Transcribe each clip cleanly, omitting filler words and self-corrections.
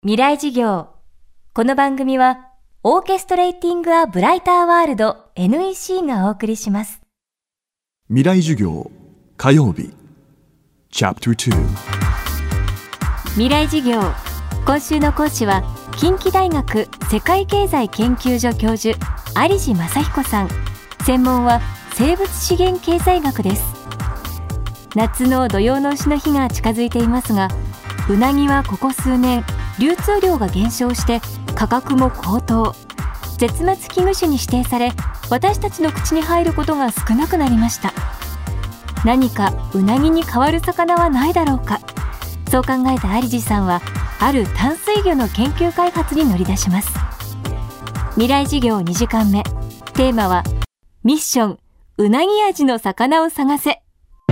未来事業。この番組はオーケストレーティングアブライターワールド NEC がお送りします。 未来授業火曜日チャプター2。 未来事業。今週の講師は近畿大学世界経済研究所教授有地正彦さん。専門は生物資源経済学です。夏の土用の丑の日が近づいていますが、うなぎはここ数年流通量が減少して価格も高騰、絶滅危惧種に指定され、私たちの口に入ることが少なくなりました。何かうなぎに代わる魚はないだろうか。そう考えた有地さんはある淡水魚の研究開発に乗り出します。未来事業2時間目、テーマはミッションうなぎ味の魚を探せ。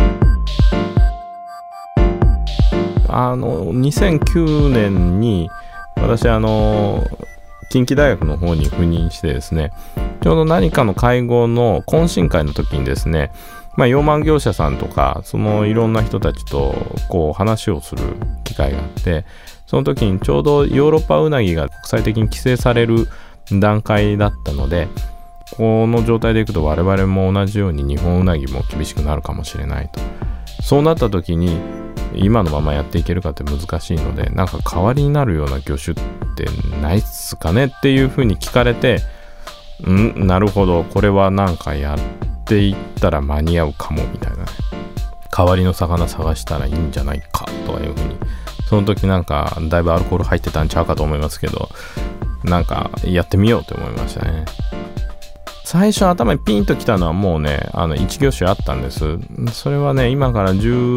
2009年に私近畿大学の方に赴任してですね、ちょうど何かの会合の懇親会の時にですね、養殖業者さんとかいろんな人たちと話をする機会があって、その時にちょうどヨーロッパウナギが国際的に規制される段階だったので、この状態でいくと我々も同じように日本ウナギも厳しくなるかもしれないと。そうなった時に今のままやっていけるかって難しいので、なんか代わりになるような魚種ってないっすかねっていうふうに聞かれて、なるほど、これはなんかやっていったら間に合うかもみたいなね、代わりの魚探したらいいんじゃないかとかいうふうに、その時なんかだいぶアルコール入ってたんちゃうかと思いますけど、なんかやってみようと思いましたね。最初頭にピンときたのはもうね、一魚種あったんです。それはね、今から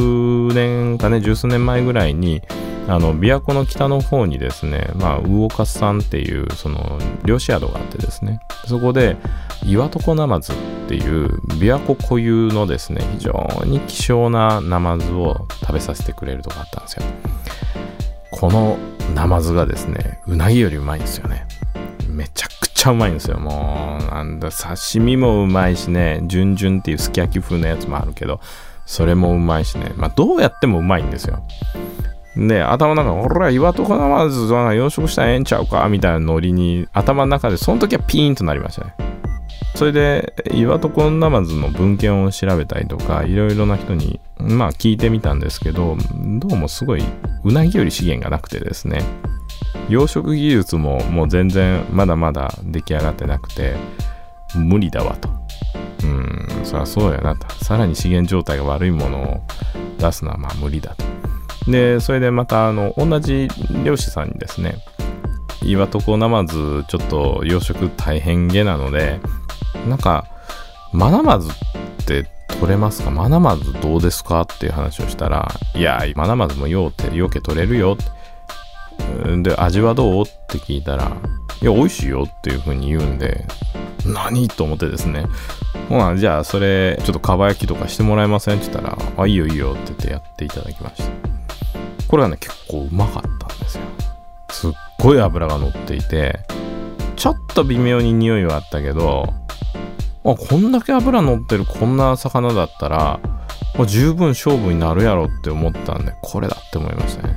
10年かね、十数年前ぐらいに琵琶湖の北の方にですね、魚勝さんっていう漁師宿があってですね、そこで岩床ナマズっていう琵琶湖固有のですね、非常に希少なナマズを食べさせてくれるとこあったんですよ。このナマズがですね、うなぎよりうまいんですよね。めちゃくちゃうまいんですよ。もう刺身もうまいしね、ジュンジュンっていうすき焼き風のやつもあるけど、それもうまいしね、どうやってもうまいんですよ。で、頭の中で俺は岩床ナマズは養殖したらええんちゃうかみたいなノリに頭の中でその時はピーンとなりましたね。それで岩床ナマズの文献を調べたりとか、いろいろな人に聞いてみたんですけど、どうもすごいうなぎより資源がなくてですね、養殖技術ももう全然まだまだ出来上がってなくて無理だわと。そりゃそうやなと。さらに資源状態が悪いものを出すのは無理だと。で、それでまた同じ漁師さんにですね、岩床ナマズちょっと養殖大変げなので、なんかマナマズって取れますか、マナマズどうですかっていう話をしたら、いやマナマズもようけ取れるよって。で、味はどうって聞いたら、いや美味しいよっていう風に言うんで、何と思ってですね、じゃあそれちょっとかば焼きとかしてもらえませんって言ったら、いいよいいよって言ってやっていただきました。これはね、結構うまかったんですよ。すっごい脂が乗っていて、ちょっと微妙に匂いはあったけど、こんだけ脂乗ってるこんな魚だったら十分勝負になるやろって思ったんで、これだって思いましたね。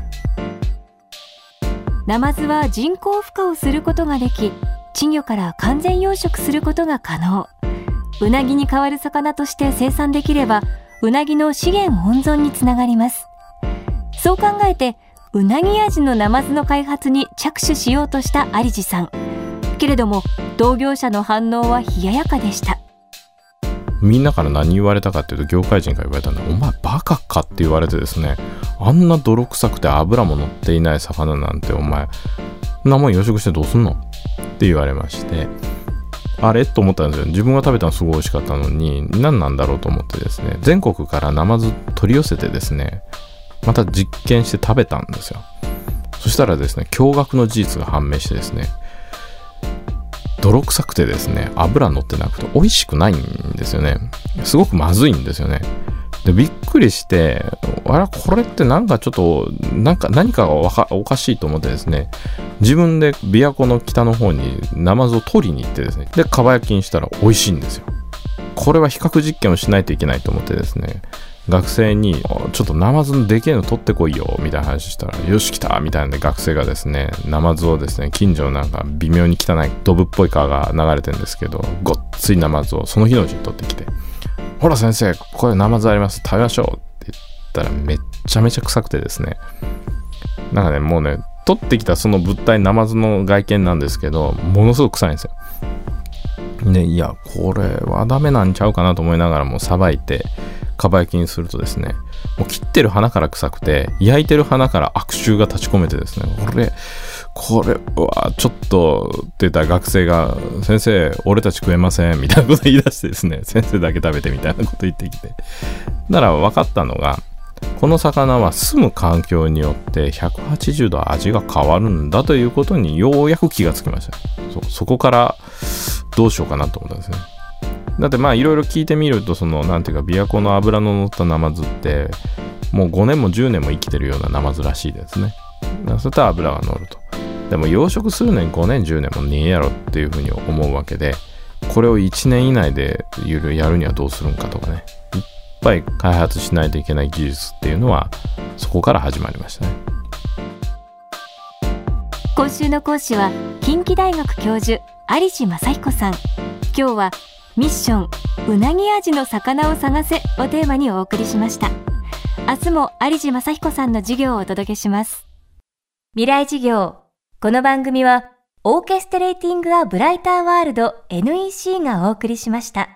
ナマズは人工孵化をすることができ、稚魚から完全養殖することが可能。うなぎに代わる魚として生産できれば、うなぎの資源温存につながります。そう考えて、うなぎ味のナマズの開発に着手しようとした有地さん。けれども同業者の反応は冷ややかでした。 みんなから何言われたかっていうと、業界人から言われたのは、お前バカかって言われてですね、あんな泥臭くて油も乗っていない魚なんてお前なもん養殖してどうすんのって言われまして、あれと思ったんですよ。自分が食べたのすごい美味しかったのに何なんだろうと思ってですね、全国からナマズ取り寄せてですね、また実験して食べたんですよ。そしたらですね、驚愕の事実が判明してですね、泥臭くてですね、油乗ってなくて美味しくないんですよね。すごくまずいんですよね。で、びっくりして、これってなんかちょっと何かがおかしいと思ってですね、自分で琵琶湖の北の方にナマズを取りに行ってですね、でかば焼きにしたら美味しいんですよ。 これは比較実験をしないといけないと思ってですね、学生にちょっとナマズのでけえの取ってこいよみたいな話したら、よし来たみたいなで、学生がですねナマズをですね、近所のなんか微妙に汚いドブっぽい川が流れてるんですけど、ごっついナマズをその日のうちに取ってきて、ほら先生これナマズあります、食べましょうって言ったら、めっちゃめちゃ臭くてですね、なんかね、もうね、取ってきたその物体、ナマズの外見なんですけど、ものすごく臭いんですよ。ね、いやこれはダメなんちゃうかなと思いながらもさばいてかば焼きにするとですね、もう切ってる花から臭くて、焼いてる花から悪臭が立ち込めてですね、これはちょっとって言ったら、学生が先生俺たち食えませんみたいなこと言い出してですね、先生だけ食べてみたいなこと言ってきて、だから分かったのが、この魚は住む環境によって180度味が変わるんだということにようやく気がつきました。そこからどうしようかなと思ったんですね。だってまあいろいろ聞いてみると、そのなんていうか、琵琶湖の脂の乗ったナマズってもう5年も10年も生きてるようなナマズらしいですね。そういった脂が乗ると。でも養殖するのに5年10年もねえやろっていうふうに思うわけで、これを1年以内でやるにはどうするんかとかね、いっぱい開発しないといけない技術っていうのはそこから始まりましたね。 今週の講師は近畿大学教授有地正彦さん。今日はミッションうなぎ味の魚を探せをテーマにお送りしました。明日も有地正彦さんの授業をお届けします。未来授業。この番組はオーケストレーティング・ア・ブライター・ワールド NEC がお送りしました。